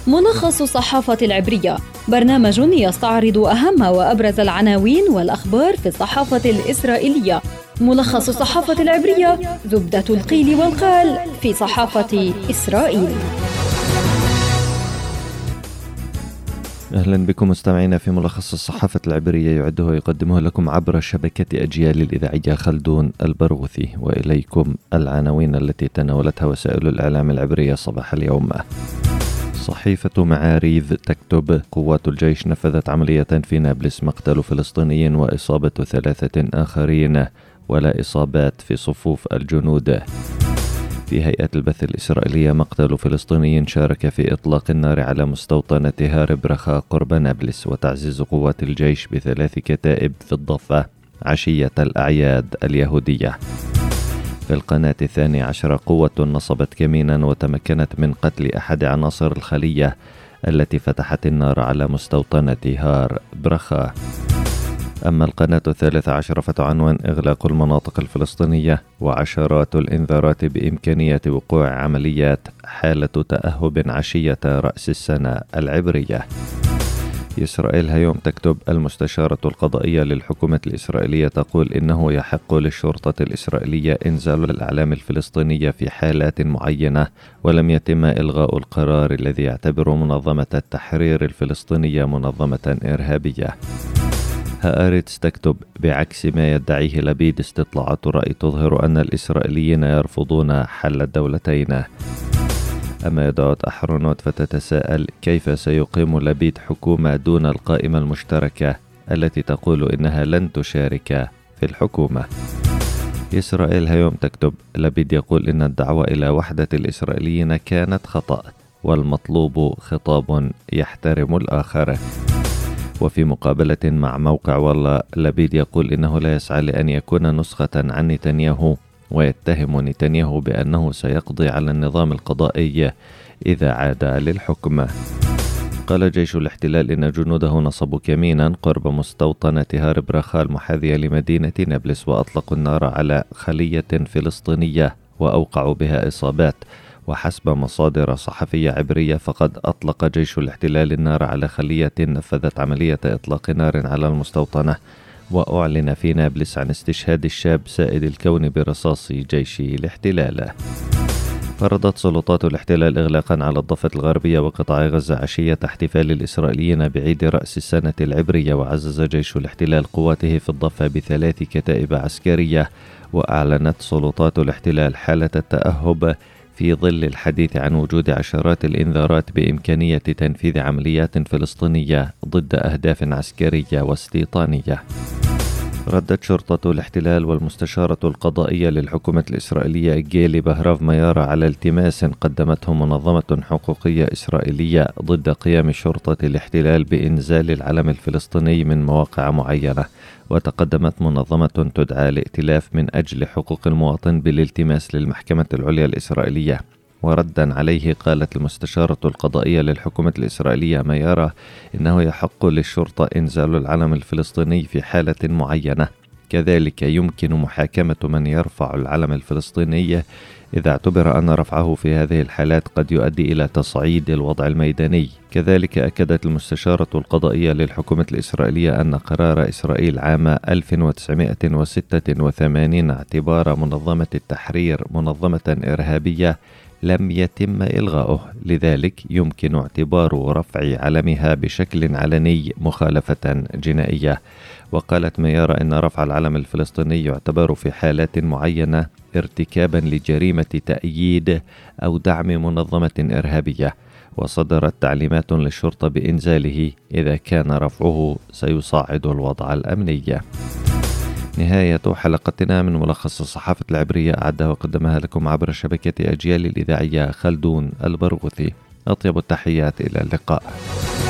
ملخص الصحافة العبرية، برنامج يستعرض أهم وأبرز العناوين والأخبار في الصحافة الإسرائيلية. ملخص الصحافة العبرية، زبدة القيل والقال في صحافة إسرائيل. أهلا بكم مستمعينا في ملخص الصحافة العبرية، يعده ويقدمه لكم عبر شبكة أجيال الإذاعية خلدون البرغوثي. وإليكم العناوين التي تناولتها وسائل الإعلام العبرية صباح اليوم. صحيفة معاريف تكتب: قوات الجيش نفذت عملية في نابلس، مقتل فلسطيني وإصابة 3 آخرين، ولا إصابات في صفوف الجنود. في هيئة البث الإسرائيلية: مقتل فلسطيني شارك في إطلاق النار على مستوطنة هار برخا قرب نابلس، وتعزيز قوات الجيش ب3 كتائب في الضفة عشية الأعياد اليهودية. في القناة 12: قوة نصبت كمينا وتمكنت من قتل أحد عناصر الخلية التي فتحت النار على مستوطنة هار برخا. أما القناة 13 فتعنون: إغلاق المناطق الفلسطينية وعشرات الإنذارات بإمكانية وقوع عمليات، حالة تأهب عشية رأس السنة العبرية. إسرائيل هيوم تكتب: المستشارة القضائية للحكومة الإسرائيلية تقول إنه يحق للشرطة الإسرائيلية إنزال الأعلام الفلسطينية في حالات معينة، ولم يتم إلغاء القرار الذي يعتبر منظمة التحرير الفلسطينية منظمة إرهابية. هآرتس تكتب: بعكس ما يدعيه لبيد، استطلاعات الرأي تظهر أن الإسرائيليين يرفضون حل الدولتين. أما يدعوت أحرونوت فتتساءل: كيف سيقيم لبيد حكومة دون القائمة المشتركة التي تقول إنها لن تشارك في الحكومة؟ إسرائيل هيوم تكتب: لبيد يقول إن الدعوة إلى وحدة الإسرائيليين كانت خطأ، والمطلوب خطاب يحترم الآخر. وفي مقابلة مع موقع والله، لبيد يقول إنه لا يسعى لأن يكون نسخة عن نتنياهو، ويتهم نتنياهو بأنه سيقضي على النظام القضائي إذا عاد للحكم. قال جيش الاحتلال إن جنوده نصبوا كمينا قرب مستوطنة هار برخا المحاذية لمدينة نابلس، وأطلقوا النار على خلية فلسطينية وأوقعوا بها إصابات. وحسب مصادر صحفية عبرية، فقد أطلق جيش الاحتلال النار على خلية نفذت عملية إطلاق نار على المستوطنة. وأعلن في نابلس عن استشهاد الشاب سائد الكون برصاص جيش الاحتلال. فرضت سلطات الاحتلال إغلاقا على الضفة الغربية وقطاع غزة عشية احتفال الإسرائيليين بعيد رأس السنة العبرية. وعزز جيش الاحتلال قواته في الضفة ب3 كتائب عسكرية. وأعلنت سلطات الاحتلال حالة التأهب في ظل الحديث عن وجود عشرات الإنذارات بإمكانية تنفيذ عمليات فلسطينية ضد أهداف عسكرية واستيطانية. ردت شرطة الاحتلال والمستشارة القضائية للحكومة الإسرائيلية جيلي بهراف ميارة على التماس قدمته منظمة حقوقية إسرائيلية ضد قيام شرطة الاحتلال بإنزال العلم الفلسطيني من مواقع معينة. وتقدمت منظمة تدعى الائتلاف من أجل حقوق المواطن بالالتماس للمحكمة العليا الإسرائيلية. وردا عليه، قالت المستشارة القضائية للحكومة الإسرائيلية ميارة إنه يحق للشرطة إنزال العلم الفلسطيني في حالة معينة. كذلك يمكن محاكمة من يرفع العلم الفلسطيني إذا اعتبر أن رفعه في هذه الحالات قد يؤدي إلى تصعيد الوضع الميداني. كذلك أكدت المستشارة القضائية للحكومة الإسرائيلية أن قرار إسرائيل عام 1986 اعتبار منظمة التحرير منظمة إرهابية لم يتم إلغاؤه، لذلك يمكن اعتبار رفع علمها بشكل علني مخالفة جنائية. وقالت ميارة إن رفع العلم الفلسطيني يعتبر في حالات معينة ارتكابا لجريمة تأييد أو دعم منظمة إرهابية، وصدرت تعليمات للشرطة بإنزاله إذا كان رفعه سيصعد الوضع الأمني. نهاية حلقتنا من ملخص الصحافة العبرية، أعدها وقدمها لكم عبر شبكة أجيال الإذاعية خلدون البرغوثي. أطيب التحيات، إلى اللقاء.